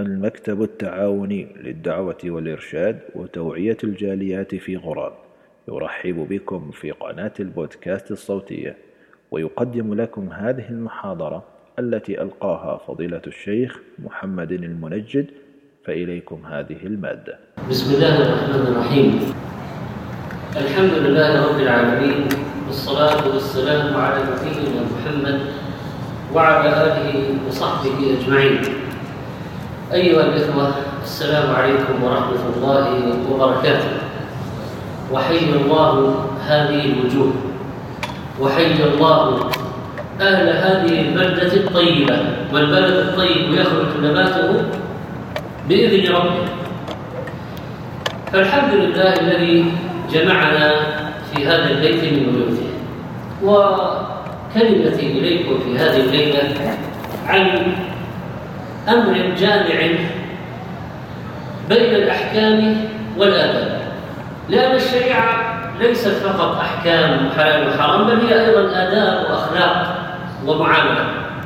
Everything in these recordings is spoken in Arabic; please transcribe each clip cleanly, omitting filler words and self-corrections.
المكتب التعاوني للدعوة والإرشاد وتوعية الجاليات في غراب يرحب بكم في قناة البودكاست الصوتية، ويقدم لكم هذه المحاضرة التي ألقاها فضيلة الشيخ محمد المنجد. فإليكم هذه المادة. بسم الله الرحمن الرحيم. الحمد لله رب العالمين، والصلاة والسلام على نبينا محمد وعلى آله وصحبه أجمعين. أيها الإخوة، السلام عليكم ورحمة الله وبركاته. وحي الله هذه الوجوه، وحي الله أهل هذه البلدة الطيبة، والبلد الطيب يخرج نباته بإذن ربه. فالحمد لله الذي جمعنا في هذا البيت من بيوته. وكلمتي إليكم في هذه الليلة عن أمر جامع بين الأحكام والآداب، لأن الشريعة ليست فقط أحكام حلال وحرام، بل هي أيضا آداب وأخلاق ومعاملة.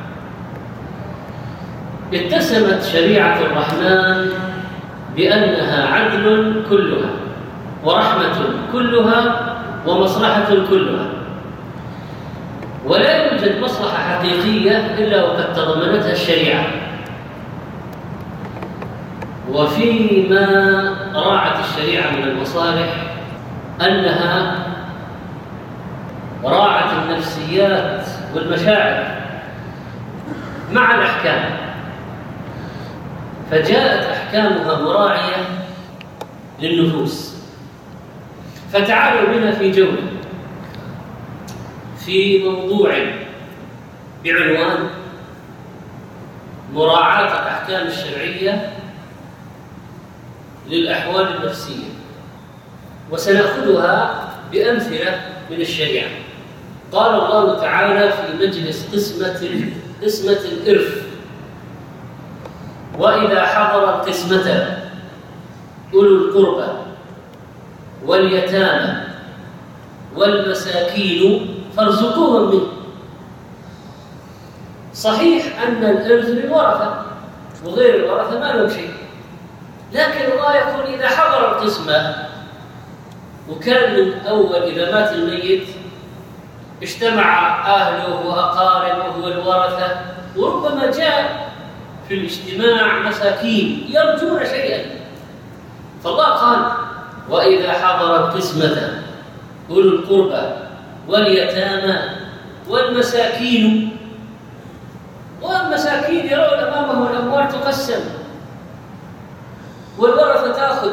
اتسمت شريعة الرحمن بأنها عدل كلها، ورحمة كلها، ومصلحة كلها، ولا يوجد مصلحة حقيقية إلا وقد تضمنتها الشريعة. وفيما راعت الشريعة من المصالح أنها راعت النفسيات والمشاعر مع الأحكام، فجاءت أحكامها مراعية للنفوس. فتعالوا بنا في جولة في موضوع بعنوان مراعاة الأحكام الشرعية للأحوال النفسية، وسنأخذها بأمثلة من الشريعة. قال الله تعالى في مجلس قسمة الإرث: وإذا حضر القسمة أولو القربى واليتامى والمساكين فارزقوهم منه. صحيح أن الإرث للورثة، وغير الورثة ما لهم شيء، لكن الله يقول إذا حضر القسمة، وكان من أول إذا مات الميت اجتمع أهله وأقاربه والورثة، وربما جاء في الاجتماع مساكين يرجون شيئا، فالله قال وإذا حضر القسمة أولو القربى واليتامى والمساكين. والمساكين يرون أمامهم الأموال تقسم والورثة تأخذ،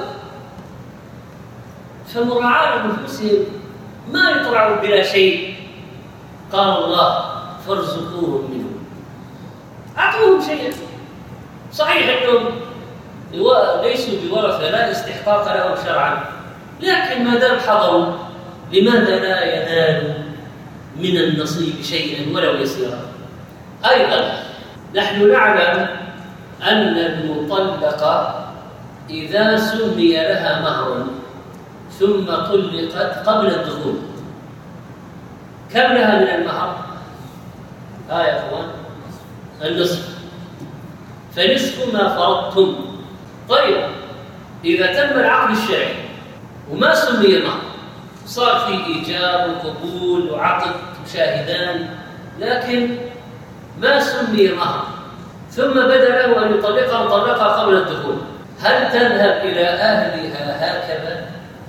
فمراعاة لنفوسهم ما يطلعوا بلا شيء. قال الله فارزقوهم منه، أعطوهم شيئا. صحيح أنهم ليسوا بورثة، لا استحقاق لهم شرعا، لكن ما دام حضروا لماذا لا ينالوا من النصيب شيئا ولو يسيرا؟ أيضا نحن نعلم أن المطلقة إذا سمي لها مهر ثم طلقت قبل الدخول، كم لها من المهر؟ يا أخوان، النصف، فنصف ما فرضتم. طيب، إذا تم العقد الشرعي وما سمي مهر، صار في إيجاب وقبول وعقد وشاهدان، لكن ما سمي مهر، ثم بدا له أن يطلقها وطلقها قبل الدخول، هل تذهب إلى أهلها هكذا؟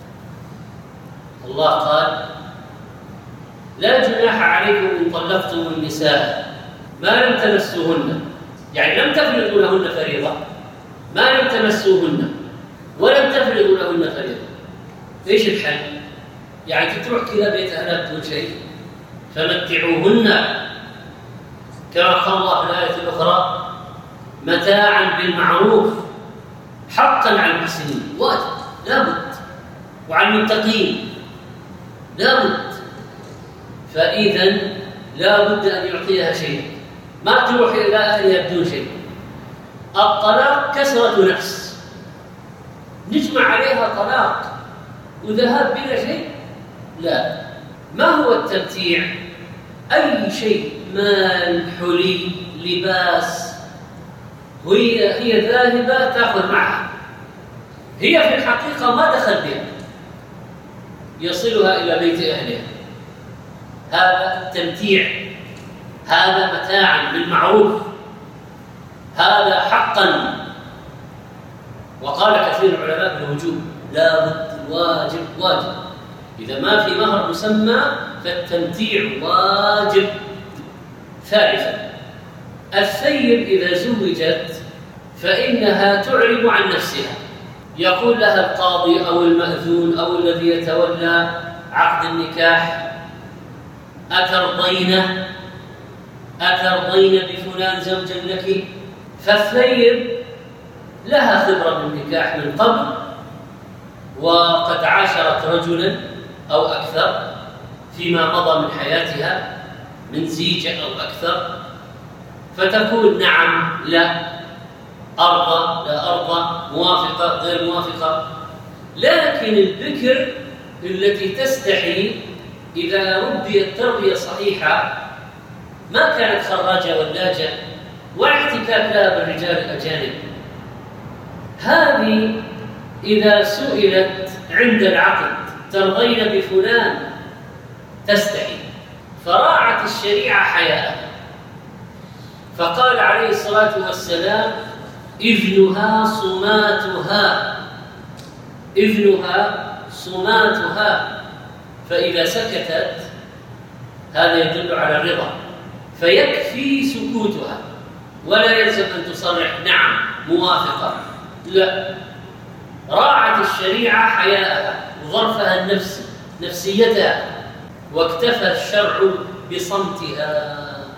الله قال لا جناح عليكم إن طلقتم النساء ما لم تمسوهن، يعني لم تفرضوا لهن فريضة، ما لم تمسوهن ولم تفرضوا لهن فريضة. إيش الحل؟ يعني تروح كذا بيت أهلها بدون شيء؟ فمتعوهن كما قال الله في الآية الأخرى متاعا بالمعروف حقا على المحسنين. واجب، لابد، وعلى المتقين لابد. فإذا لابد أن يعطيها شيء، ما تروح إلى أهلها بدون شيء. الطلاق كسرة نفس، نجمع عليها طلاق وذهاب بلا شيء؟ لا. ما هو التمتيع؟ أي شيء، مال، حلي، لباس، هي ذاهبة تأخذ معها، هي في الحقيقة ما دخل بها، يصلها إلى بيت أهلها. هذا تمتيع، هذا متاعا بالمعروف، هذا حقا. وقال كثير من العلماء بالوجوب، لا بد، واجب. إذا ما في مهر مسمى فالتمتيع واجب. ثالثا، الثيب إذا زوجت فإنها تعرب عن نفسها، يقول لها القاضي أو المأذون أو الذي يتولى عقد النكاح: أترضين بفلان زوجا لك؟ فالثيب لها خبرة بالنكاح من قبل، وقد عاشرت رجلا أو أكثر فيما مضى من حياتها من زيجة أو أكثر، فتقول نعم، لا، أرضى، لا أرضى، موافقة، غير موافقة. لكن البكر التي تستحي إذا ربيت تربية صحيحة، ما كانت خراجة ولاجة ولا احتكاك لها بالرجال الأجانب، هذه إذا سئلت عند العقد ترضين بفلان تستحي، فراعت الشريعة حياءها. فقال عليه الصلاة والسلام: إذنها صماتها، فإذا سكتت هذا يدل على الرضا، فيكفي سكوتها، ولا يلزم أن تصرح نعم موافقة، لا، راعت الشريعة حياءها وظرفها النفسي، نفسيتها، واكتفى الشرع بصمتها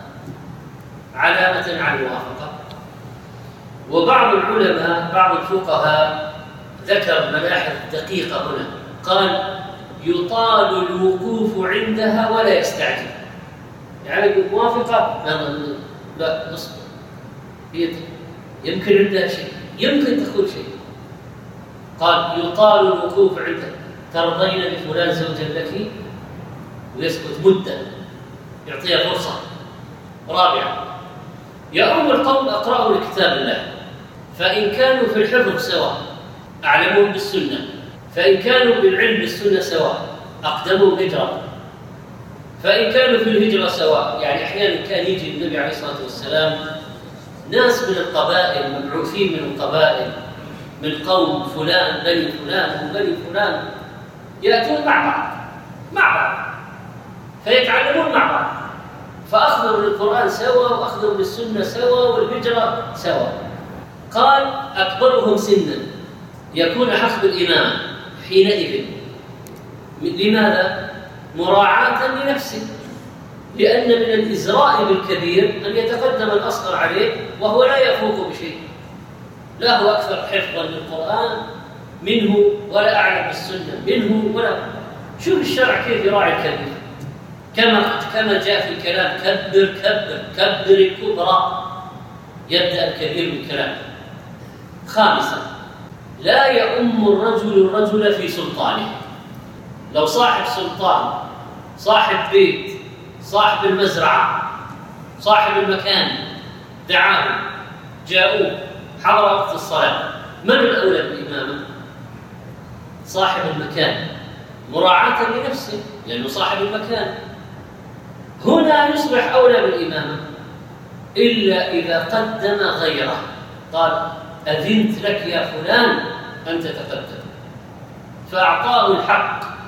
علامة على الموافقة. وبعض العلماء، بعض الفقهاء ذكر ملاحظ دقيقة هنا، قال: يطال الوقوف عندها ولا يستعجل. يعني موافقة؟ لا، اصبر، يمكن عندها شيء، يمكن تقول شيء. قال: يطال الوقوف عندها، ترضين بفلان زوجا لك؟ ويسكت مدة، يعطيها فرصة. رابعا، يؤم القوم أقرأوا لكتاب الله، فإن كانوا في الحفظ سواء أعلمهم بالسنة، فإن كانوا بالعلم بالسنة سواء أقدموا هجرة، فإن كانوا في الهجرة سواء. يعني أحيانا كان يجي النبي عليه الصلاة والسلام ناس من القبائل، مبعوثين من القبائل، من قوم فلان، بني فلان وبني فلان، يأتون مع بعض فيتعلمون مع بعض، فأخذوا للقرآن سوا وأخذوا للسنة سوا والهجرة سوا. قال: أكبرهم سنا يكون حسب الإمام حينئذ. لماذا؟ مراعاة لنفسه، لأن من الإزراء بالكبير أن يتقدم الأصغر عليه وهو لا يفوق بشيء، لا هو أكثر حفظا للقرآن منه ولا أعلم بالسنة منه ولا. شوف الشرع كيف يراعي الكبير، كما جاء في الكلام: كبر الكبرى، يبدأ الكبير بالكلام. خامسا، لا يؤم الرجل في سلطانه. لو صاحب سلطان، صاحب بيت، صاحب المزرعة، صاحب المكان دعاهم، جاءوه، حضر وقت الصلاة، من الأولى بالإمامة؟ صاحب المكان، مراعاة لنفسه لأنه صاحب المكان. هنا يصبح أولى بالإمامة إلا إذا قدم غيره، قال: أذنت لك يا فلان أن تتقدم، فأعطاه الحق.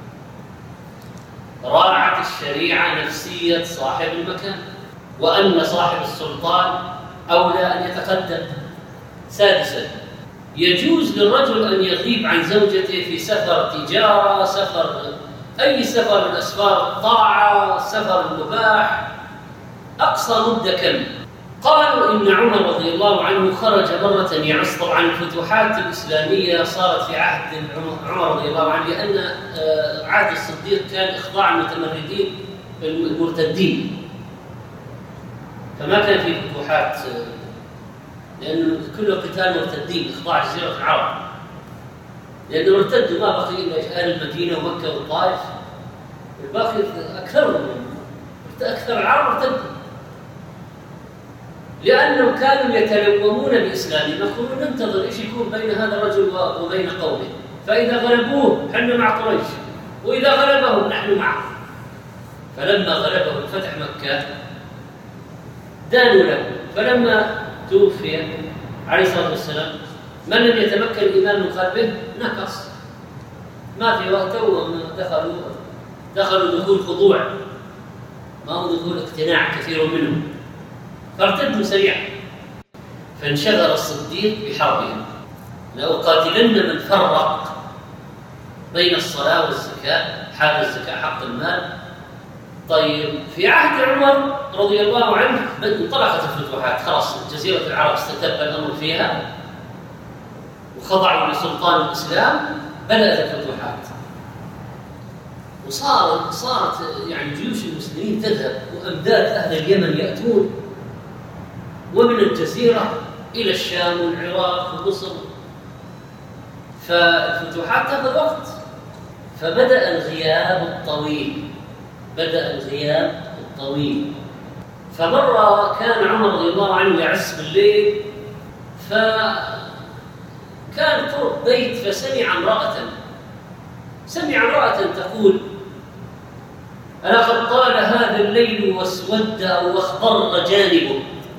راعت الشريعة نفسية صاحب المكان، وأن صاحب السلطان أولى أن يتقدم. سادسا، يجوز للرجل أن يغيب عن زوجته في سفر تجارة، أي سفر من أسفار الطاعة، سفر المباح. أقصى مدة كم؟ قالوا إن عمر رضي الله عنه خرج مرة يعص. طبعا الفتوحات الإسلامية صارت في عهد عمر رضي الله عنه، لأن عهد الصديق كان إخضاع المتمردين المرتدين، فما كان في فتوحات، لأنه كله قتال مرتدين، إخضاع جزيرة العرب، لأنه ارتدوا، ما بقي إلا أهل المدينة ومكة والطائف، الباقي أكثر العرب ارتدوا. لأنهم كانوا يتلومون بإسلامهم، يقولون ننتظر إيش يكون بين هذا الرجل وبين قومه، فإذا غلبوه نحن مع قريش، وإذا غلبهم نحن معه. فلما غلبهم فتح مكة دانوا له. فلما توفي عليه الصلاة والسلام من لم يتمكن الإيمان من قلبه نقص، ما في وقته دخلوا دخول خضوع، ما هو دخول اقتناع كثير منهم، فارتدوا سريعا. فانشغل الصديق بحربهم، لأقاتلن من فرق بين الصلاة والزكاة، حال الزكاة حق المال. طيب في عهد عمر رضي الله عنه انطلقت الفتوحات، خلاص جزيرة العرب استتب الأمر فيها وخضعوا لسلطان الإسلام، بدأت الفتوحات وصارت يعني جيوش المسلمين تذهب، وأمداد أهل اليمن يأتون، ومن الجزيرة إلى الشام والعراق ومصر. فالفتوحات تأخذ وقت، فبدأ الغياب الطويل. فمرة كان عمر رضي الله عنه يعس بالليل، فكان قرب بيت فسمع امرأة تقول: ألقد طال هذا الليل واسود واخضر جانبه،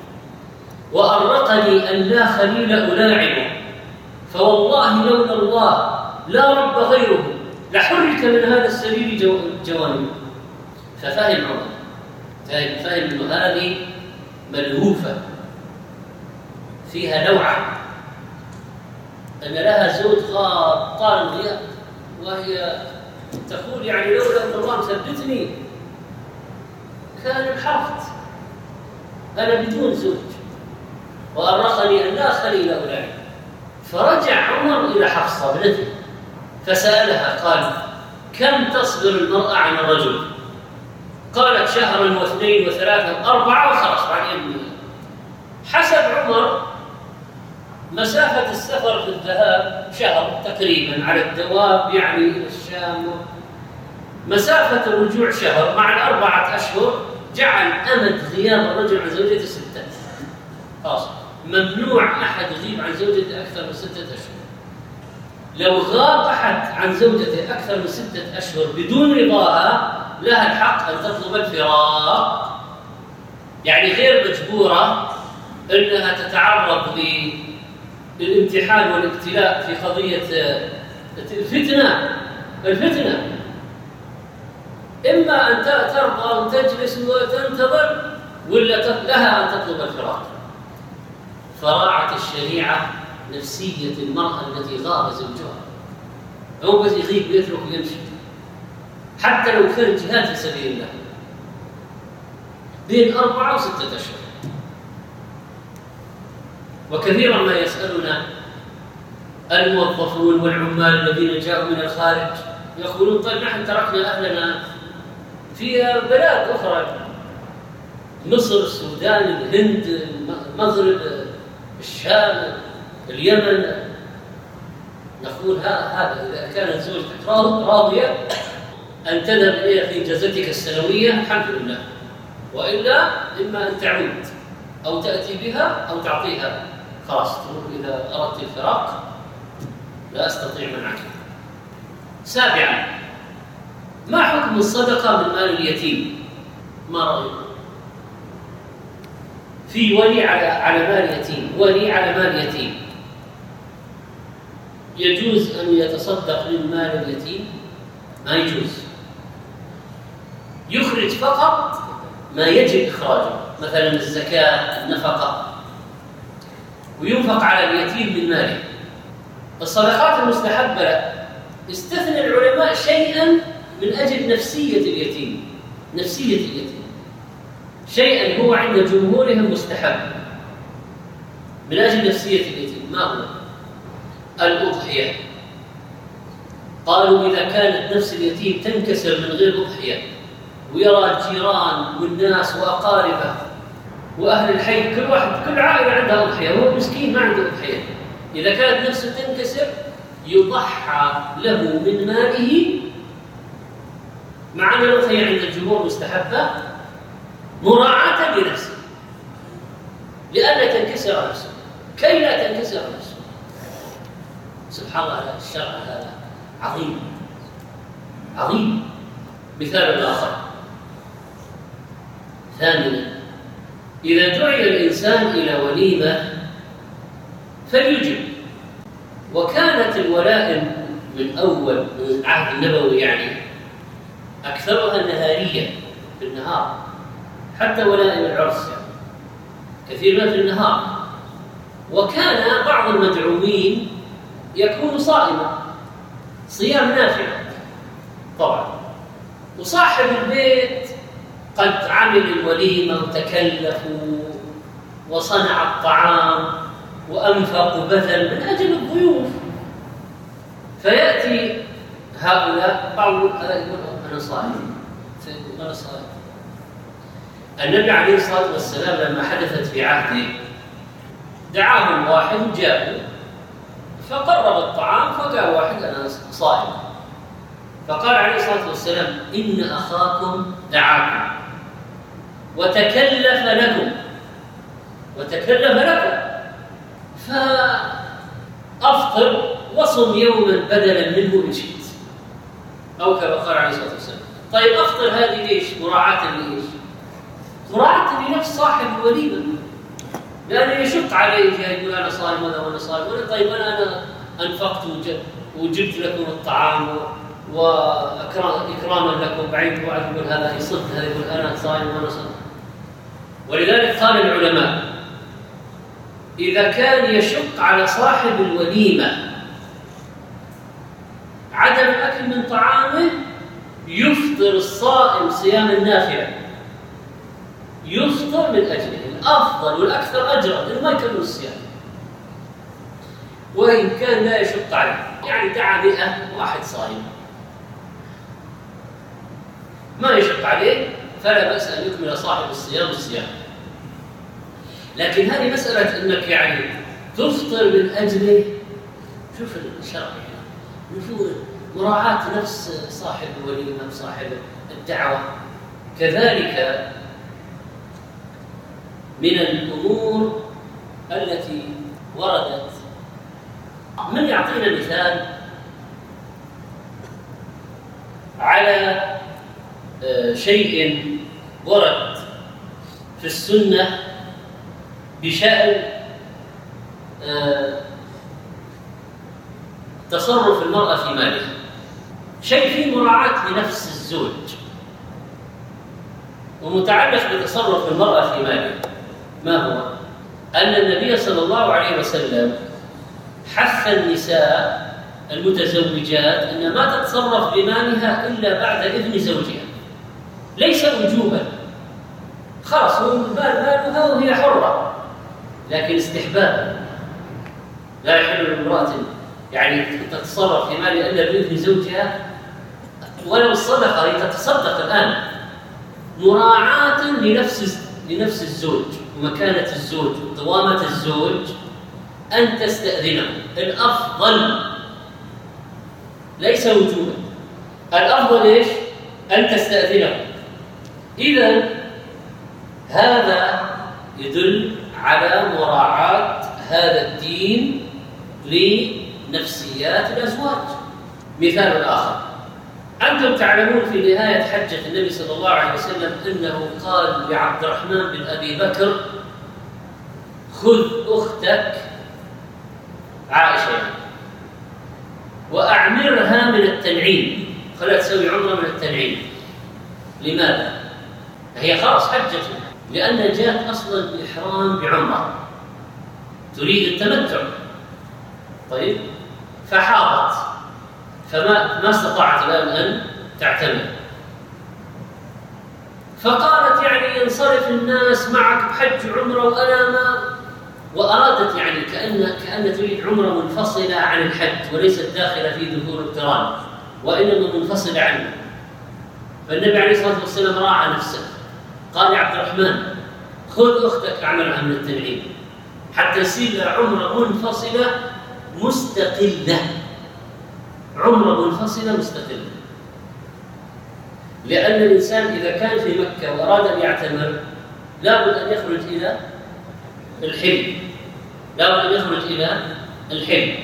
وأرقني أن لا خليل ألاعبه، فوالله لولا الله لا رب غيره لحرك من هذا السرير جوانبه. ففهم عمر، فهم أن هذه ملهوفة فيها لوعة، أن لها زوج طال الغياب، وهي تقول يعني لولا أن الله مثبتني كان انحرفت، أنا بدون زوج، وأرقني أن لا خليل ألاعب. فرجع عمر إلى حفصة ابنته فسألها، قال: كم تصبر المرأة عن الرجل؟ قالت: شهرا واثنين وثلاثة 4 وخلاص. بعدين حسب عمر مسافة السفر في الذهاب شهر تقريبا على الدواب، يعني إلى الشام، مسافة الرجوع شهر، مع 4 أشهر جعل أمد غياب الرجل عن زوجته 6. خلاص ممنوع أحد يغيب عن زوجته أكثر من 6 أشهر. لو غاب أحد عن زوجته أكثر من 6 أشهر بدون رضاها لها الحق أن تطلب الفراق، يعني غير مجبورة أنها تتعرض للامتحان والابتلاء في قضية الفتنة. إما أن ترضى وتجلس وتنتظر، ولا لها أن تطلب الفراق. فراعت الشريعة نفسية المرأة التي غاب زوجها، هو بس يغيب ويترك ويمشي، حتى لو كان جهاد في سبيل الله، بين 4 و6 أشهر. وكثيرا ما يسألنا الموظفون والعمال الذين جاءوا من الخارج، يقولون: طيب نحن تركنا أهلنا في بلاد أخرى، مصر، السودان، الهند، المغرب، الشام، اليمن. نقول هذا إذا كانت زوجتك راضية أن تذهب إليها في إجازتك السنوية الحمد لله، وإلا إما أن تعود أو تأتي بها أو تعطيها، خلاص تقول إذا أردت الفراق لا أستطيع منعك. 7. ما حكم الصدقة من مال اليتيم؟ ما رأيكم؟ في ولي على مال يتيم، ولي على مال يتيم، يجوز أن يتصدق من مال اليتيم؟ ما يجوز، يخرج فقط ما يجب إخراجه، مثلا الزكاة، النفقة، وينفق على اليتيم من ماله. الصدقات المستحبة لا. استثنى العلماء شيئا من أجل نفسية اليتيم، شيئا هو عند جمهورهم مستحب من أجل نفسية اليتيم. ما هو؟ الأضحية. قالوا إذا كانت نفس اليتيم تنكسر من غير أضحية، ويرى الجيران والناس وأقاربه وأهل الحي كل عائلة عندها أضحية، وهو مسكين ما عنده أضحية، إذا كانت نفسه تنكسر يضحى له من ماله، مع أن الأضحية عند الجمهور مستحبة، مراعاة لنفسه، لئلا تنكسر نفسه، كي لا تنكسر نفسه. سبحان الله، الشرع هذا عظيم عظيم. مثال آخر: ثامنا، إذا دعي الإنسان إلى وليمة فليجب. وكانت الولائم من أول من العهد النبوي يعني أكثرها نهارية في النهار، حتى ولائم العرس يعني كثير منها في النهار. وكان بعض المدعوين يكون صائما صيام نافع طبعا، وصاحب البيت قد عمل الوليمة وتكلف وصنع الطعام وأنفق وبذل من أجل الضيوف، فيأتي هؤلاء بعض هذا يقول أنا صائم. النبي عليه الصلاة والسلام لما حدثت في عهده دعاهم واحد جاءوا فقرب الطعام، فقال واحد أنا صائم، فقال عليه الصلاة والسلام إن أخاكم دعاكم وتكلف لكم فأفطر وصم يوما بدلا منه إن شئت، أو كما قال عليه الصلاة والسلام. طيب أفطر هذه ليش؟ مراعاة ليش؟ مراعاة لنفس صاحب الوليمة، لأنه يشق عليه يقول أنا صائم وأنا صائم، طيب أنا أنفقت وجبت لكم الطعام وإكراما لكم، بعيد واحد يقول هذا يصد، هذا يقول أنا صائم وأنا صائم. ولذلك قال العلماء إذا كان يشق على صاحب الوليمة عدم الأكل من طعامه يفطر الصائم صيام النافلة، يفطر من أجله، الأفضل والأكثر أجرا لأنه ما يكمل الصيام. وإن كان لا يشق عليه، يعني دعا 100 واحد صائم ما يشق عليه فلا بأس أن يكمل صاحب الصيام الصيام. لكن هذه مسألة أنك يعني تفطر من أجله، شوف الشرع نفوذ مراعاة نفس صاحب الوليمة صاحب الدعوة. كذلك من الأمور التي وردت، من يعطينا مثال على شيء ورد في السنة بشأن تصرف المرأة في مالها، شيء فيه مراعاة لنفس الزوج ومتعلق بتصرف المرأة في مالها. ما هو؟ أن النبي صلى الله عليه وسلم حث النساء المتزوجات أن ما تتصرف بمالها إلا بعد إذن زوجها، ليس وجوبا، خلاص هو مالها وهي حرة، لكن استحبابا. لا يحل لامرأة يعني تتصرف في مالها إلا بإذن زوجها، ولو الصدقة هي تتصدق الآن مراعاة لنفس الزوج ومكانة الزوج وقوامة الزوج أن تستأذنه. الأفضل ليس وجوبا، الأفضل إيش؟ أن تستأذنه. إذن هذا يدل على مراعاة هذا الدين لنفسيات الأزواج. مثال آخر، أنتم تعلمون في نهاية حجة النبي صلى الله عليه وسلم أنه قال لعبد الرحمن بن أبي بكر خذ أختك عائشة وأعمرها من التنعيم، خلها تسوي عمرة من التنعيم. لماذا؟ هي خلاص حجته، لأن جاءت أصلا الإحرام بعمرة تريد التمتع، طيب فحاضت فما استطاعت الآن أن تعتمر، فقالت يعني ينصرف الناس معك بحج عمرة وأنا ما، وأرادت يعني كأن تريد عمرة منفصلة عن الحج وليست داخلة في دخول القران وإنما منفصلة عنه. فالنبي عليه الصلاة والسلام راعى نفسه، قال يا عبد الرحمن خذ أختك أعملها من التنعيم حتى يصير عمرة منفصلة مستقلة، عمرة منفصلة مستقلة. لأن الإنسان إذا كان في مكة وأراد أن يعتمر لابد أن يخرج الحلم، لا بد أن يخرج إلى الحلم.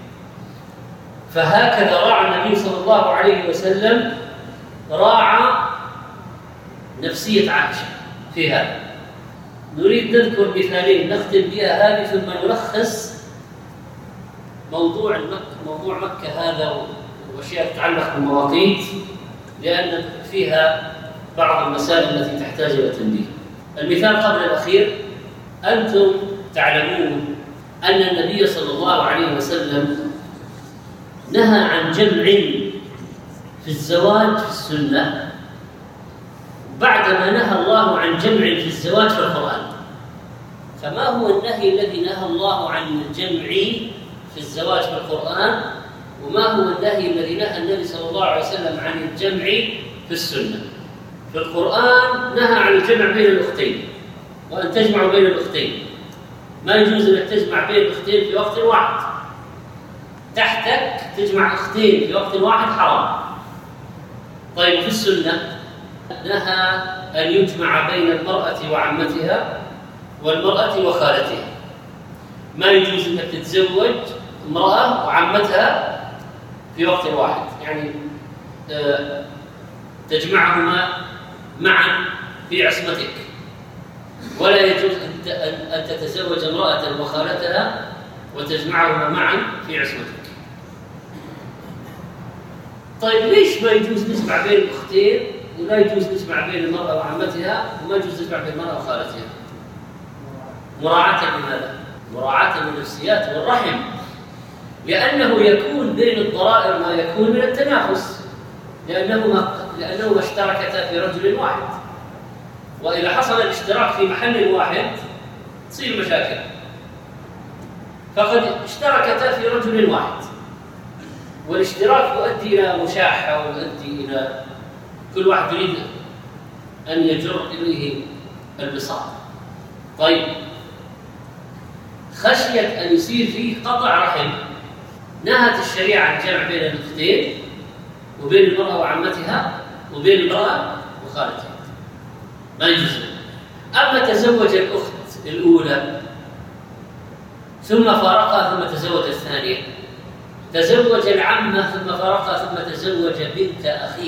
فهكذا راعى النبي صلى الله عليه وسلم، راعى نفسية عائشة في هذا. نريد نذكر مثالين نختم بها هذه، ثم نلخص موضوع مكة هذا وأشياء تتعلق بالمواقيت، لأن فيها بعض المسائل التي تحتاج إلى تنبيه. المثال قبل الأخير، أنتم تعلمون أن النبي صلى الله عليه وسلم نهى عن جمع في الزواج في السنة بعدما نهى الله عن جمع في الزواج في القرآن. فما هو النهي الذي نهى الله عن الجمع في الزواج في القرآن، وما هو النهي الذي نهى النبي صلى الله عليه وسلم عن الجمع في السنة؟ في القرآن نهى عن الجمع بين الأختين، وأن تجمعوا بين الأختين، ما يجوز أن تجمع بين الأختين في وقت واحد، تحتك تجمع أختين في وقت واحد حرام. طيب في السنة نهى أن يجمع بين المرأة وعمتها والمرأة وخالتها، ما يجوز أنك تتزوج امرأة وعمتها في وقت واحد، يعني تجمعهما معا في عصمتك، ولا يجوز أن تتزوج امرأة وخالتها وتجمعهما معا في عصمتك. طيب ليش ما يجوز نجمع بين الأختين ولا يجوز نجمع بين المرأة وعمتها وما يجوز نجمع بين المرأة وخالتها؟ مراعاة لماذا؟ مراعاة للنفسيات والرحم، لأنه يكون بين الضرائر ما يكون من التنافس، لأنهما اشتركتا في رجل واحد، وإذا حصل الاشتراك في محل واحد تصير مشاكل. فقد اشتركتا في رجل واحد، والاشتراك يؤدي إلى مشاحة ويؤدي إلى كل واحد يريد أن يجر إليه البساط. طيب خشية أن يصير فيه قطع رحم، نهت الشريعة عن الجمع بين الأختين وبين المرأة وعمتها وبين المرأة وخالتها، ما يجوز. أما تزوج الأخت الأولى ثم فارقها ثم تزوج الثانية، تزوج العمة ثم فارقها ثم تزوج بنت أخيه،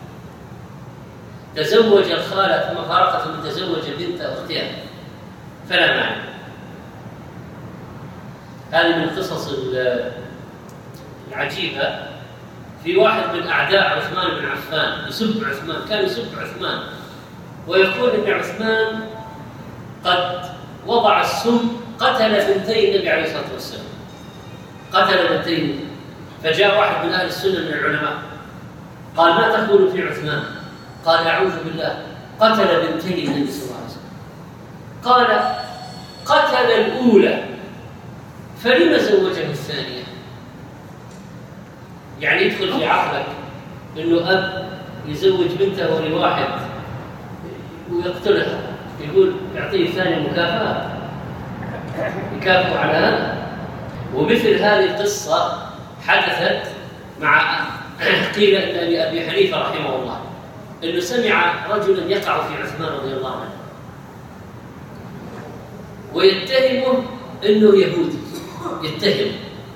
تزوج الخالة ثم فارقها ثم تزوج بنت أختها، فلا معنى. هذه من القصص العجيبة. في واحد من أعداء عثمان بن عفان يسب عثمان، كان يسب عثمان ويقول إن عثمان قد وضع السم قتل بنتي النبي عليه الصلاة والسلام، قتل بنتين. فجاء واحد من أهل السنة من العلماء قال: ما تقول في عثمان؟ قال: أعوذ بالله، قتل بنتي النبي صلى الله عليه وسلم. قال: قتل الأولى فلما زوجه الثانية؟ يعني يدخل في عقلك إنه أب يزوج بنته لواحد ويقتلها، يقول يعطيه الثانية مكافأة، يكافئ على هذا. ومثل هذه القصة حدثت مع قيل إن لأبي حنيفة رحمه الله إنه سمع رجلا يقع في عثمان رضي الله عنه ويتهمه إنه يهودي، يتهم.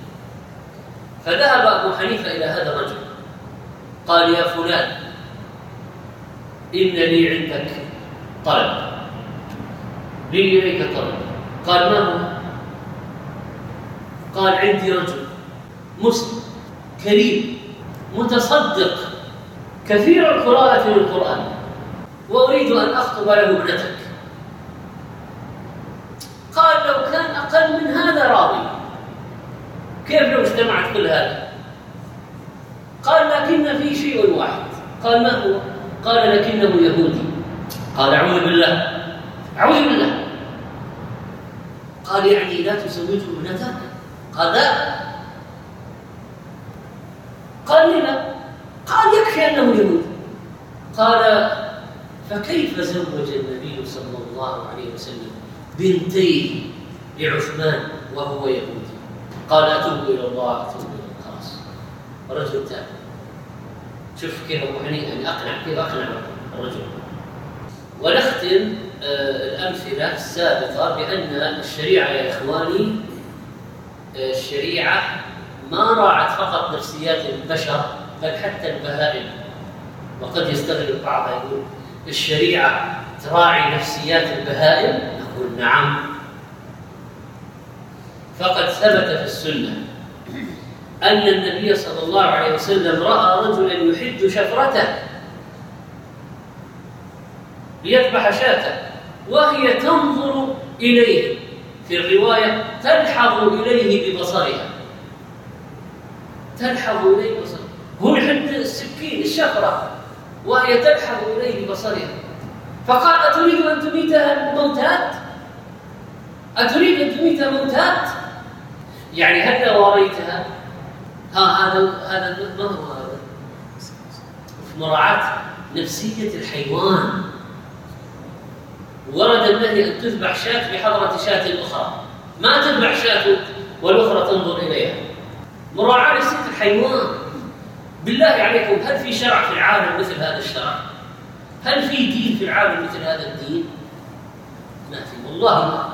فذهب أبو حنيفة إلى هذا الرجل قال: يا فلان، إن لي عندك طلب، لي إليك طلب. قال: ما هو؟ قال: عندي رجل مسلم كريم متصدق كثير القراءة للقرآن وأريد أن أخطب له ابنتك. قال: لو كان أقل من هذا راضي، كيف لو اجتمعت كل هذا؟ قال: لكن في شيء واحد. قال: ما هو؟ قال: لكنه يهودي. قال: أعوذ بالله، أعوذ بالله. قال: يعني لا تزوجه ابنتك؟ قال: لا. قال: لما؟ قال: يكفي أنه يهودي. قال: فكيف زوج النبي صلى الله عليه وسلم بنتيه لعثمان وهو يهودي؟ قال: أتوب إلى الله، أتوب إلى الله. خلاص، الرجل تاب. شوف كيف أبو حنيفة يعني أقنع، كيف أقنع الرجل. ونختم الأمثلة السابقة بأن الشريعة يا إخواني، الشريعة ما راعت فقط نفسيات البشر بل حتى البهائم. وقد يستغرب بعض يقول الشريعة تراعي نفسيات البهائم، نقول نعم، فقد ثبت في السنة أن النبي صلى الله عليه وسلم رأى رجلا يحد شفرته ليذبح شاة وهي تنظر إليه، في الرواية تلحظ إليه ببصرها، تلحظ إليه ببصرها، هو يحد السكين الشفرة وهي تلحظ إليه ببصرها، فقال أتريد أن تميتها موتات؟ أتريد أن تميتها موتات؟ يعني هل لو وريتها هذا ما هو هذا؟ في مراعاة نفسية الحيوان. ورد النهي أن تذبح شاة بحضرة شاة أخرى، ما تذبح شاة والأخرى تنظر إليها، مراعاة نفسية الحيوان. بالله عليكم، هل في شرع في العالم مثل هذا الشرع؟ هل في دين في العالم مثل هذا الدين؟ ما في، والله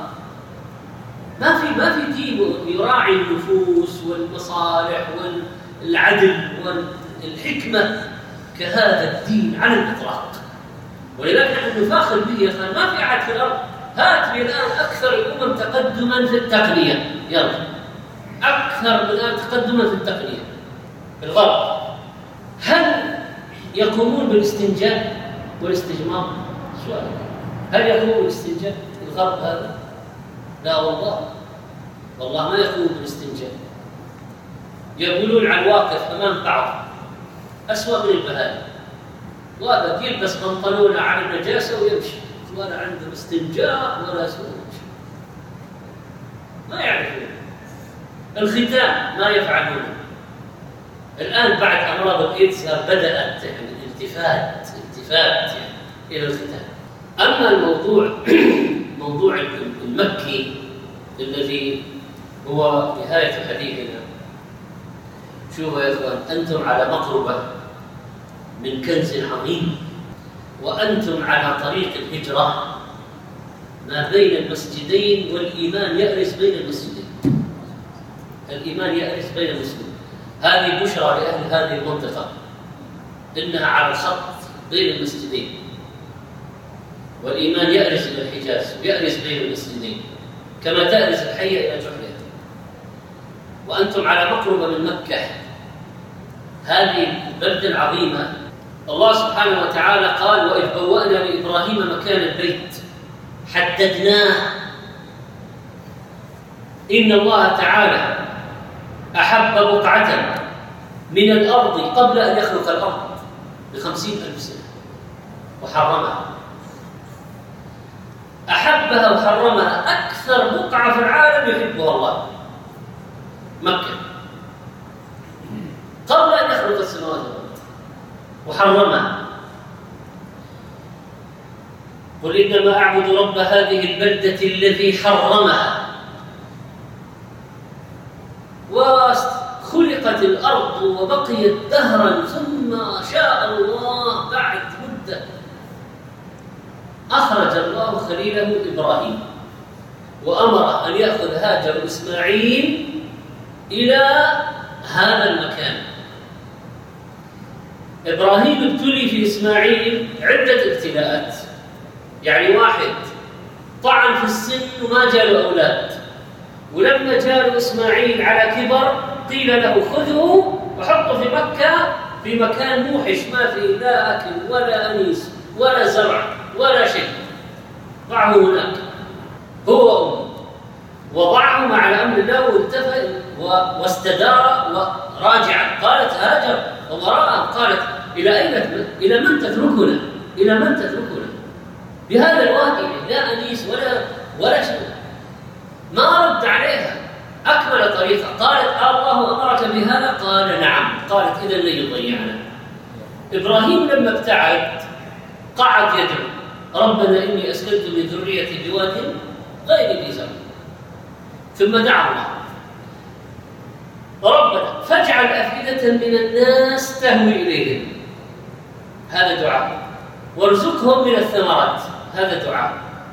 ما في دين يراعي النفوس والمصالح والعدل والحكمة كهذا الدين على الإطلاق. ولذلك نحن نفاخر به يا أخوان. ما في أحد في الأرض، هات لي الآن أكثر الأمم تقدما في التقنية، يلا أكثر الآن تقدما في التقنية في الغرب، هل يقومون بالاستنجاء والاستجمام؟ سؤال، هل يقومون بالاستنجاء في الغرب هذا؟ لا والله ما يقومون بالاستنجاء. يقولون على الواقف أمام بعض أسوأ من البهائم، وهذا يلبس بنطلونه على النجاسة ويمشي، ولا عنده استنجاء ولا سوء، ما يعرفون الختان، ما يفعلونه. الآن بعد أمراض الإيدز بدأت الالتفات إلى الختان. أما موضوع المكي الذي هو نهاية حديثنا، شوفوا يا إخوان، أنتم على مقربة من كنز عظيم، وأنتم على طريق الهجرة ما بين المسجدين، والإيمان يأرس بين المسجدين. الإيمان يأرس بين المسجدين. هذه بشرى لأهل هذه المنطقة، إنها على الخط بين المسجدين، والإيمان يأرس إلى الحجاز ويأرس بين المسجدين كما تأرس الحية إلى جحرها. وأنتم على مقربة من مكة، هذه البلدة العظيمة. الله سبحانه وتعالى قال: وإذ بوأنا لإبراهيم مكان البيت حددناه. إن الله تعالى أحب بقعة من الأرض قبل أن يخلق الأرض ب50,000 سنة وحرمها. أحبها وحرمها. أكثر بقعة في العالم يحبها الله مكة قبل أن يخلق السماوات والأرض وحرمها. قل إنما أعبد رب هذه البلدة الذي حرمها. وخلقت الأرض وبقيت دهرا، ثم شاء الله بعد مدة أخرج الله خليله إبراهيم وأمر أن يأخذ هاجر وإسماعيل إلى هذا المكان. إبراهيم ابتلي في إسماعيل عدة ابتلاءات، يعني واحد طعن في السن وما جاء أولاد، ولما جاء إسماعيل على كبر قيل له خذه وحطه في مكة في مكان موحش ما فيه لا أكل ولا أنيس ولا زرع ولا شيء، ضعه هناك هو وأمه. وضعهم على أمر الله والتفت واستدار وراجع. قالت هاجر وراءهم قالت: إلى من تتركنا؟ إلى من تتركنا بهذا الوادي لا أنيس ولا شيء؟ ما رد عليها أكمل طريقة. قالت: الله أمرك بهذا؟ قال: نعم. قالت: إذا لن يضيعنا. إبراهيم لما ابتعد قعد يدعو: ربنا إني أسكنت من ذريتي بواد غير ذي زرع. ثم دعا الله: ربنا فاجعل أفئدة من الناس تهوي إليهم، هذا دعاء. وارزقهم من الثمرات، هذا دعاء.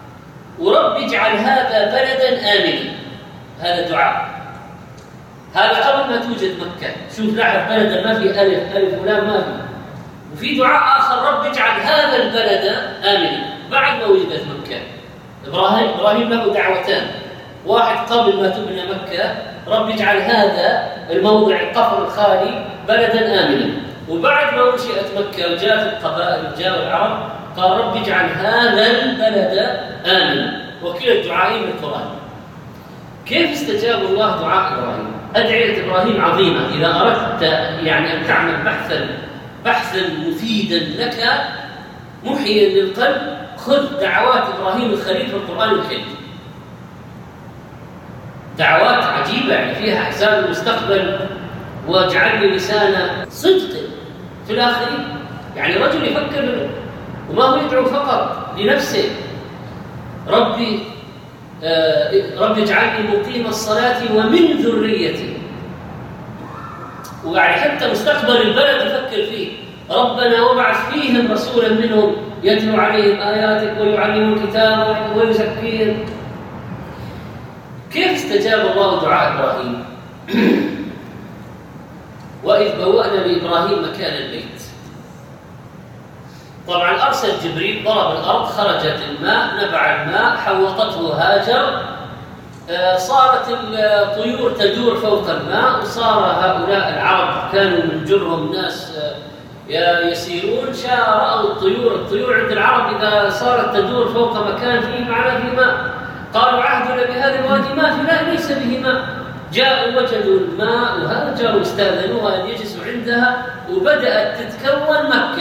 ورب اجعل هذا بلدا آمنا. هذا دعاء، هذا قبل ما توجد مكة. شوف لاحظ بلدا ما في ألف ولام ما في. وفي دعاء آخر رب اجعل هذا البلد آمنا بعد ما وجدت مكة. إبراهيم له دعوتان، واحد قبل ما تبنى مكة رب اجعل هذا الموضع القفر الخالي بلدا آمنا، وبعد ما انشئت مكة وجاءت القبائل وجاء العرب قال رب اجعل هذا البلد آمنا. وكلا الدعائين من القرآن. كيف استجاب الله دعاء إبراهيم؟ أدعية إبراهيم عظيمة. إذا أردت يعني أن تعمل بحثا مفيدا لك محيا للقلب، خذ دعوات إبراهيم الخليل في القرآن الكريم. دعوات عجيبة يعني فيها حساب المستقبل، واجعل لي لسان صدق في الآخرين. يعني رجل يفكر وما هو يدعو فقط لنفسه. ربي اجعلني مقيم الصلاة ومن ذريتي. ويعني حتى مستقبل البلد يفكر فيه. ربنا وابعث فيهم رسولا منهم يتلو عليهم آياتك ويعلمهم الكتاب ويزكيهم. كيف استجاب الله دعاء إبراهيم؟ وإذ بوأنا لإبراهيم مكان البيت. طبعا أرسل جبريل، ضرب الأرض، خرجت الماء، نبع الماء، حوطته هاجر، صارت الطيور تدور فوق الماء، وصار هؤلاء العرب كانوا من جرهم ناس يسيرون، رأوا الطيور عند العرب إذا صارت تدور فوق مكان فيه معناه فيه ماء، قالوا عهدنا بهذا الوادي ما في لا ليس به ماء. جاءوا وجدوا الماء وهاجروا واستأذنوها أن يجلسوا عندها، وبدأت تتكون مكة.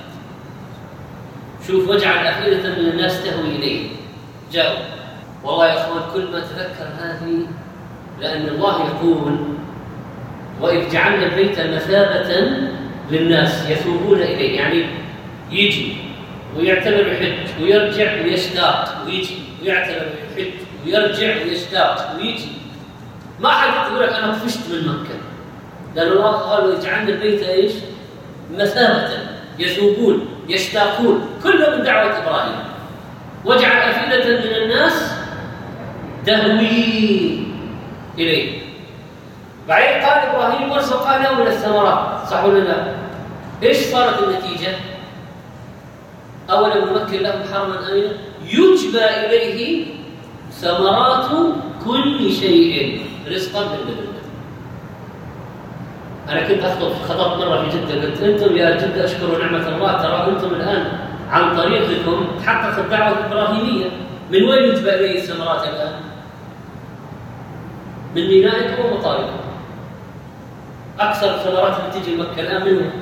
شوف واجعل أفئدة من الناس تهوي إليه. جاءوا. والله يا أخوان كل ما تذكر هذه، لأن الله يقول وإذ جعلنا البيت مثابة للناس يثوبون إليه، يعني يجي ويعتبر يحج ويرجع ويشتاق ويجي ويعتبر يحج ويرجع ويشتاق ويجي. ما حد يقول لك أنا طفشت من مكة، لأن الله قال ويجعلنا البيت إيش؟ مثابة، يثوبون يشتاقون، كله من دعوة إبراهيم. واجعل أفئدة من الناس تهوي إليه. بعدين قال إبراهيم وارزقنا من الثمرات، صح ولا لا؟ إيش صارت النتيجة؟ أولا نمكن لهم حرما آمنا يجبى إليه ثمرات كل شيء رزقا من لدنا. أنا كنت خطبت مرة في جدة، قلت أنتم يا جدة أشكروا نعمة الله، ترى أنتم الآن عن طريقكم تحقق الدعوة الإبراهيمية. من وين يجبى إليه الثمرات الآن؟ من مينائكم ومطاركم. أكثر الثمرات اللي تجي مكة الآن من وين؟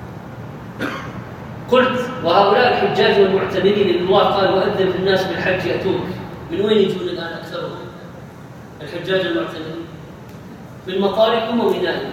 قلت وهؤلاء الحجاج والمعتمرين اللي الله قال وأذن في الناس بالحج يأتوك، من وين يجون الآن أكثرهم؟ الحجاج والمعتمرين من مطاركم ومينائكم.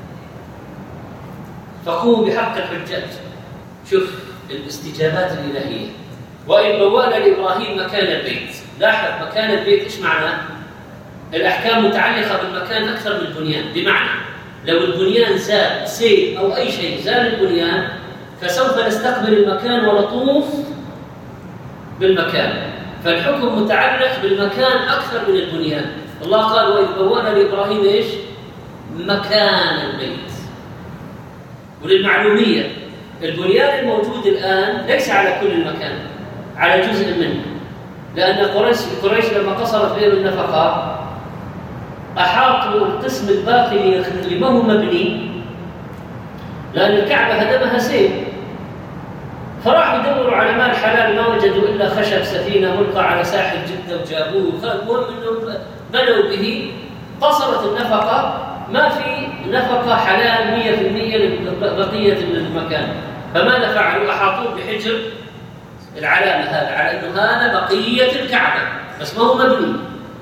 فقوموا بحق الحجاج. شوف الاستجابات الإلهية. وإن بوأنا لإبراهيم مكان البيت. لاحظ مكان البيت إيش معناه؟ الأحكام متعلقة بالمكان أكثر من البنيان. بمعنى لو البنيان زال سيل أو أي شيء زال البنيان فسوف نستقبل المكان ونطوف بالمكان. فالحكم متعلق بالمكان أكثر من البنيان. الله قال وإذ بوأنا لإبراهيم إيش؟ مكان البيت. وللمعلومية البنيان الموجود الآن ليس على كل المكان، على جزء منه، لأن قريش لما قصرت بهم النفقة أحاطوا القسم الباقي اللي ما هو مبني، لأن الكعبة هدمها سيل، فراحوا يدوروا على مال حلال ما وجدوا إلا خشب سفينة ملقى على ساحل جدة وجابوه. المهم أنهم بنوا به، قصرت النفقة، ما في نفقة حلال 100% لبقية المكان. فماذا فعلوا؟ أحاطوه بحجر العلامة هذا على أنه هذا بقية الكعبة بس ما هو مبني.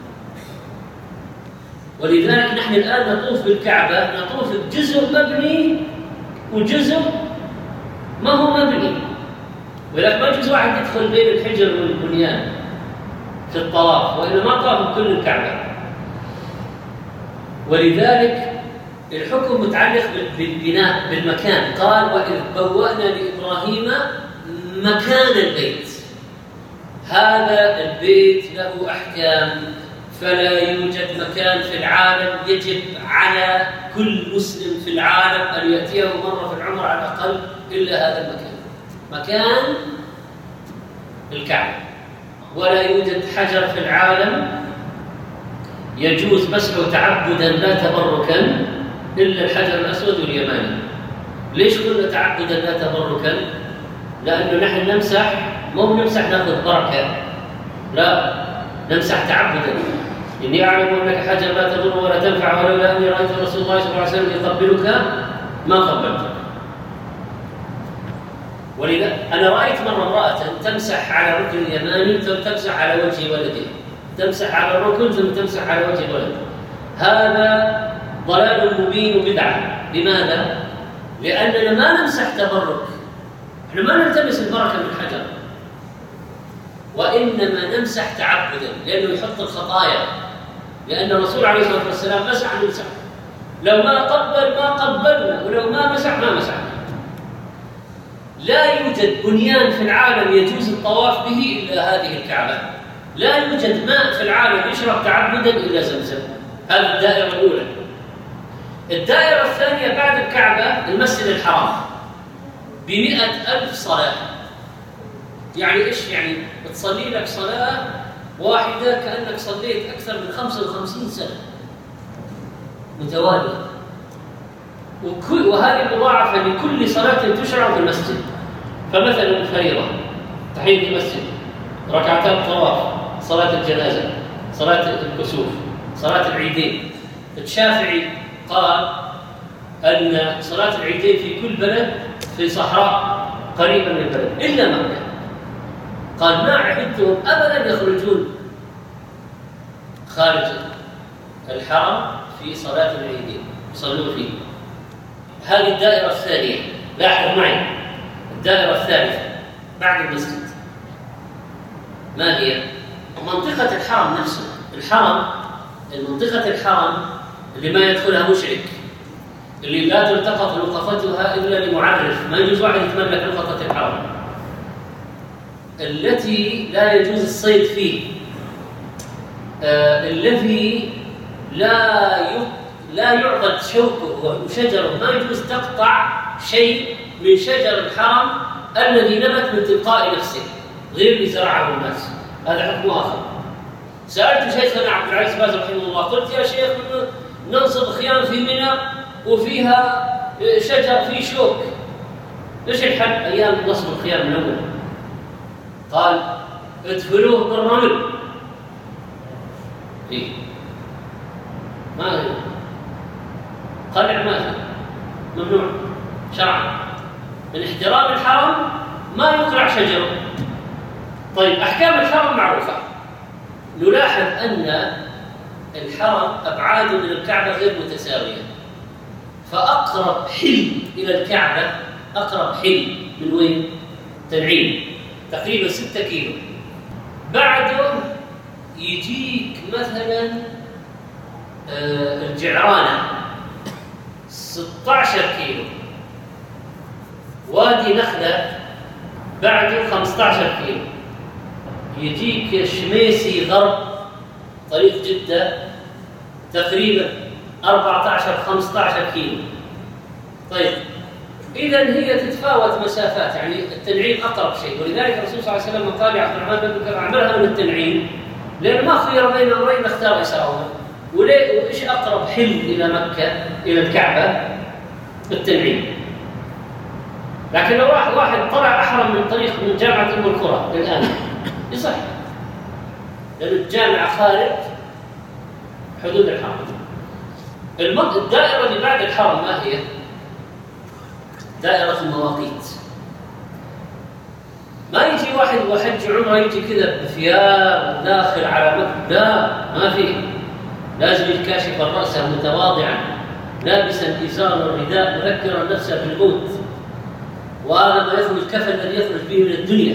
ولذلك نحن الآن نطوف بالكعبة، نطوف بجزء مبني وجزء ما هو مبني، ولكن ما يجوز واحد يدخل بين الحجر والبنيان في الطواف، وإنما ما طاف كل الكعبة. ولذلك الحكم متعلق بالبناء بالمكان. قال وإذ بوأنا لإبراهيم مكان البيت. هذا البيت له أحكام، فلا يوجد مكان في العالم يجب على كل مسلم في العالم أن يأتيه مرة في العمر على الأقل إلا هذا المكان، مكان الكعبة. ولا يوجد حجر في العالم يجوز مسحه تعبدا لا تبركا إلا الحجر الأسود واليماني. ليش قلنا تعبدا لا تبركا؟ لأنه نحن نمسح، مو نمسح ناخذ بركة، لا، نمسح تعبدا. إني أعلم أنك حجر لا تضر ولا تنفع، ولولا أني رأيت رسول الله صلى الله عليه وسلم يقبلك ما قبلتك. ولذا أنا رأيت مرة امرأة تمسح على الركن اليماني ثم تمسح على وجه ولده، تمسح على الركن ثم تمسح على وجه ولده. هذا ضلال مبين وبدعة. لماذا؟ لأننا ما نمسح تبرك، احنا ما نلتمس البركة من الحجر، وإنما نمسح تعبدا، لأنه يحط الخطايا. لأن الرسول عليه الصلاة والسلام مسح نمسح، لو ما قبل ما قبلنا، ولو ما مسح ما مسحنا. لا يوجد بنيان في العالم يجوز الطواف به إلا هذه الكعبة. لا يوجد ماء في العالم يشرب تعبدا إلا زمزم. هذه الدائرة الأولى. الدائرة الثانية بعد الكعبة المسجد الحرام ب100,000 صلاة. يعني إيش يعني؟ بتصلي لك صلاة واحدة كأنك صليت أكثر من 55 سنة متوالية، وهذه مضاعفة لكل صلاة تشرع في المسجد. فمثلا الفريضة تحية المسجد، ركعتان الطواف، صلاة الجنازة، صلاة الكسوف، صلاة العيدين. الشافعي قال أن صلاة العيدين في كل بلد في صحراء قريبة من البلد إلا مكة. قال ما عهدتهم أبدا يخرجون خارج الحرم في صلاة العيدين يصلون فيه. هذه الدائرة الثانية. لاحظ معي الدائرة الثالثة بعد المسجد ما هي؟ منطقة الحرم نفسه. الحرم، منطقة الحرم اللي ما يدخلها مشرك، اللي لا تلتقط لقطتها إلا لمعرف، ما يجوز واحد يتملك لقطة الحرم، التي لا يجوز الصيد فيه، الذي لا يعضد شوكه وشجره، ما يجوز تقطع شيء من شجر الحرم الذي نبت من تلقاء نفسه غير اللي زرعه الناس. هذا حكم آخر. سألت شيخنا عبد العزيز باز رحمه الله، قلت يا شيخ ننصب خيام في منى وفيها شجر فيه شوك، ايش الحل؟ أيام نصب الخيام من أول قال ادخلوه بالرمل. إيه؟ ما هي؟ قلع ما في، ممنوع شرعا. من احترام الحرم ما يقلع شجره. طيب أحكام الحرم معروفة. نلاحظ أن الحرم أبعاده من الكعبة غير متساوية، فأقرب حل إلى الكعبة، أقرب حل من وين؟ تنعيم، تقريبا 6 كيلو. بعده يجيك مثلا الجعرانة 16 كيلو، وادي نخلة بعده 15 كيلو، يجيك الشميسي غرب طريق جدة تقريبا 14-15 كيلو. طيب إذن هي تتفاوت مسافات، يعني التنعيم أقرب شيء، ولذلك الرسول صلى الله عليه وسلم قال يا عبد الرحمن بن بكر اعملها من التنعيم، لأن ما خير بين أمرين اختار أيسرهما. وإيش أقرب حل إلى مكة إلى الكعبة؟ التنعيم. لكن لو واحد طلع أحرم من طريق من جامعة أم القرى الآن يصح، لأن الجامعة خارج حدود الحرم. الدائرة اللي بعد الحرم ما هي؟ دائرة المواقيت. ما يجي واحد وحج عمره يجي كذا بثياب داخل على مكة، لا، ما فيه. لازم يكاشف الرأس متواضعا لابسا إزار الرداء مذكرا نفسه بالموت، وهذا ما يخرج الكفن الذي يخرج به من الدنيا.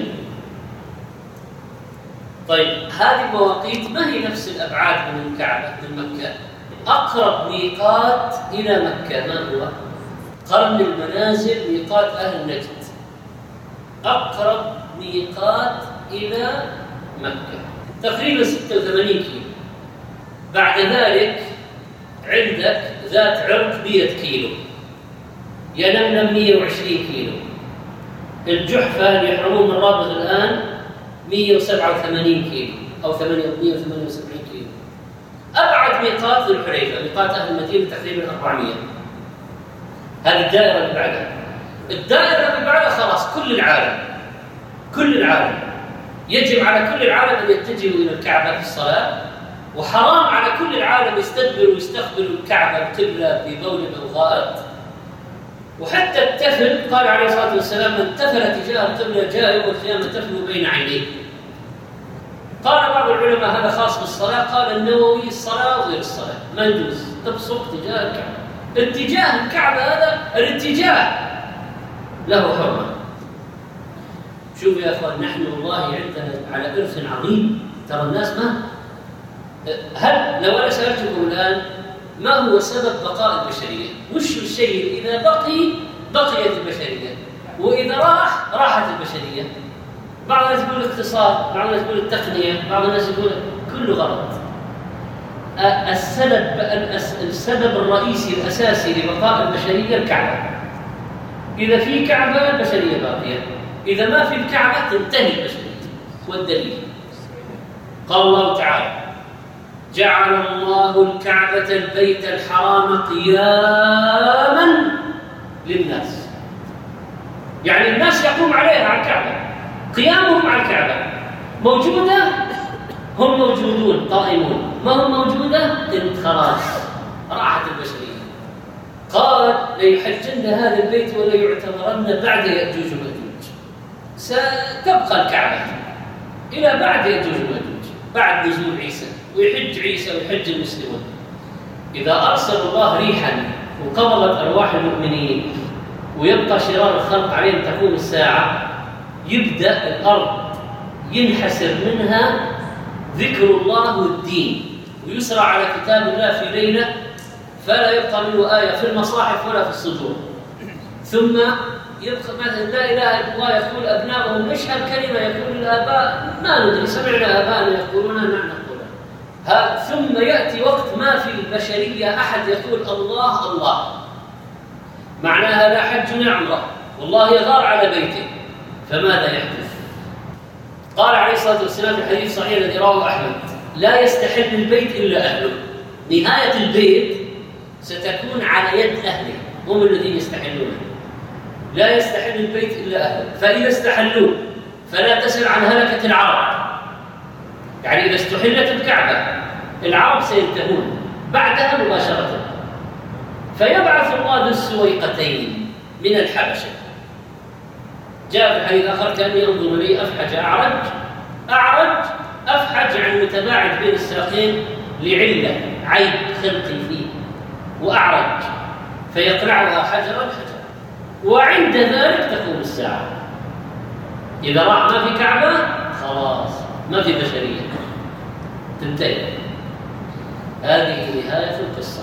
طيب هذه المواقيت ما هي نفس الأبعاد من الكعبة من مكة. أقرب ميقات إلى مكة ما هو؟ قرن المنازل ميقات أهل نجد. أقرب ميقات إلى مكة تقريبا 86 كيلو. بعد ذلك عندك ذات عرق 100 كيلو، يلملم 120 كيلو، الجحفة اللي يحرمون من الرابط الآن 187 كيلو أو 178 كيلو. أبعد ميقات ذو الحليفة ميقات أهل المدينة تقريبا 400. هذه الدائرة اللي بعدها. الدائرة اللي بعدها خلاص كل العالم يجب على كل العالم أن يتجهوا إلى الكعبة في الصلاة، وحرام على كل العالم يستدبر ويستقبل الكعبة القبلة ببول أو غائط. وحتى التفل قال عليه الصلاة والسلام من تفل تجاه القبلة جاء يوم القيامة تفل بين عينيه. قال بعض العلماء هذا خاص بالصلاة، قال النووي الصلاة وغير الصلاة ما يجوز تبصق تجاه الكعبة. اتجاه الكعبة هذا الاتجاه له حرمة. شوف يا أخوان، نحن والله عندنا على إرث عظيم. ترى الناس ما هل لو أنا سألتكم الآن ما هو سبب بقاء البشرية؟ وش الشيء إذا بقيت البشرية، وإذا راحت البشرية؟ بعض الناس يقول الاقتصاد، بعض الناس يقول التقنية، بعض الناس يقول كله غلط. السبب الرئيسي الأساسي لبقاء البشرية الكعبة. إذا في كعبة البشرية باقية، إذا ما في الكعبة تنتهي البشرية. والدليل قال الله تعالى جعل الله الكعبة البيت الحرام قياما للناس، يعني الناس يقوم عليها على الكعبة، قيامهم على الكعبة موجودة، هم موجودون قائمون، ما هم موجودة انت خلاص راحت البشرية. قال ليحجن هذا البيت ولا يعتبرن بعد يأجوج ومأجوج. ستبقى الكعبة إلى بعد يأجوج ومأجوج، بعد نزول عيسى، ويحج عيسى ويحج المسلمون. إذا أرسل الله ريحا وقبضت أرواح المؤمنين ويبقى شرار الخلق عليهم تقوم الساعة، يبدأ الأرض ينحسر منها ذكر الله والدين، ويسرع على كتاب الله في ليلة فلا يبقى منه آية في المصاحف ولا في الصدور. ثم يبقى مثلا لا إله إلا الله يقول أبنائهم إيش هالكلمة، يقول الآباء ما ندري سمعنا آباءنا يقولونها نحن نقولها. ثم يأتي وقت ما في البشرية أحد يقول الله الله، معناها لا حج عمره والله يغار على بيته. فماذا يحدث؟ قال عليه الصلاة والسلام في الحديث صحيح الذي رواه أحمد لا يستحل البيت إلا أهله. نهاية البيت ستكون على يد أهله، هم الذين يستحلونه. لا يستحل البيت إلا أهله، فإذا استحلوه فلا تسأل عن هلكة العرب. يعني إذا استحلت الكعبة العرب سينتهون بعدها مباشرة. فيبعث الله ذو السويقتين من الحبشة. جاء في الحديث آخر كأني أنظر لي أفحج أعرج أفحج عن متباعد بين الساقين لعلة عيب خلقي فيه، وأعرج فيقلعها حجرا، وعند ذلك تقوم الساعة. إذا راح ما في كعبة خلاص ما في بشرية، تنتهي. هذه نهاية القصة.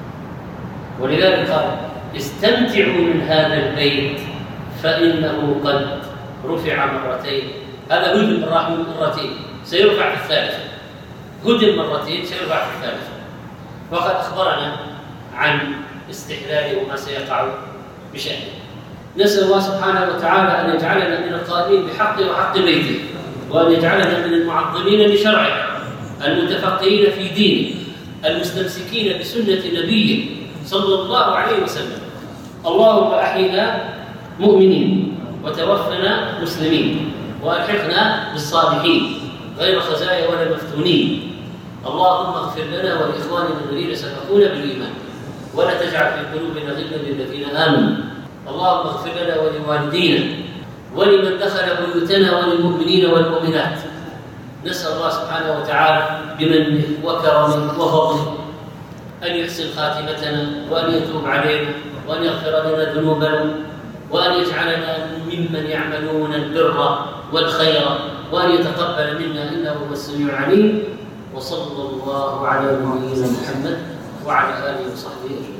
ولذلك قال استمتعوا من هذا البيت فإنه قد رفع مرتين. هذا هدم مرتين سيرفع في الثالثة، هدم مرتين سيرفع في الثالثة. وقد أخبرنا عن استحلاله وما سيقع بشأنه. نسأل الله سبحانه وتعالى أن يجعلنا من القائمين بحقه وحق بيته، وأن يجعلنا من المعظمين لشرعه، المتفقهين في دينه، المستمسكين بسنة نبيه صلى الله عليه وسلم. اللهم أحينا مؤمنين وتوفنا مسلمين، وألحقنا بالصالحين غير خزايا ولا مفتونين. اللهم اغفر لنا ولإخواننا الذين سبقونا بالإيمان، ولا تجعل في قلوبنا غلا للذين آمنوا. اللهم اغفر لنا ولوالدينا ولمن دخل بيوتنا وللمؤمنين والمؤمنات. نسأل الله سبحانه وتعالى بمنه وكرمه وفضله أن يحسن خاتمتنا، وأن يتوب علينا، وأن يغفر لنا ذنوبنا، وأن يجعلنا ممن يعملون البر والخير، وأن يتقبل منا إنه هو السميع العليم. وصلى الله على نبينا محمد وعلى آله وصحبه أجمعين.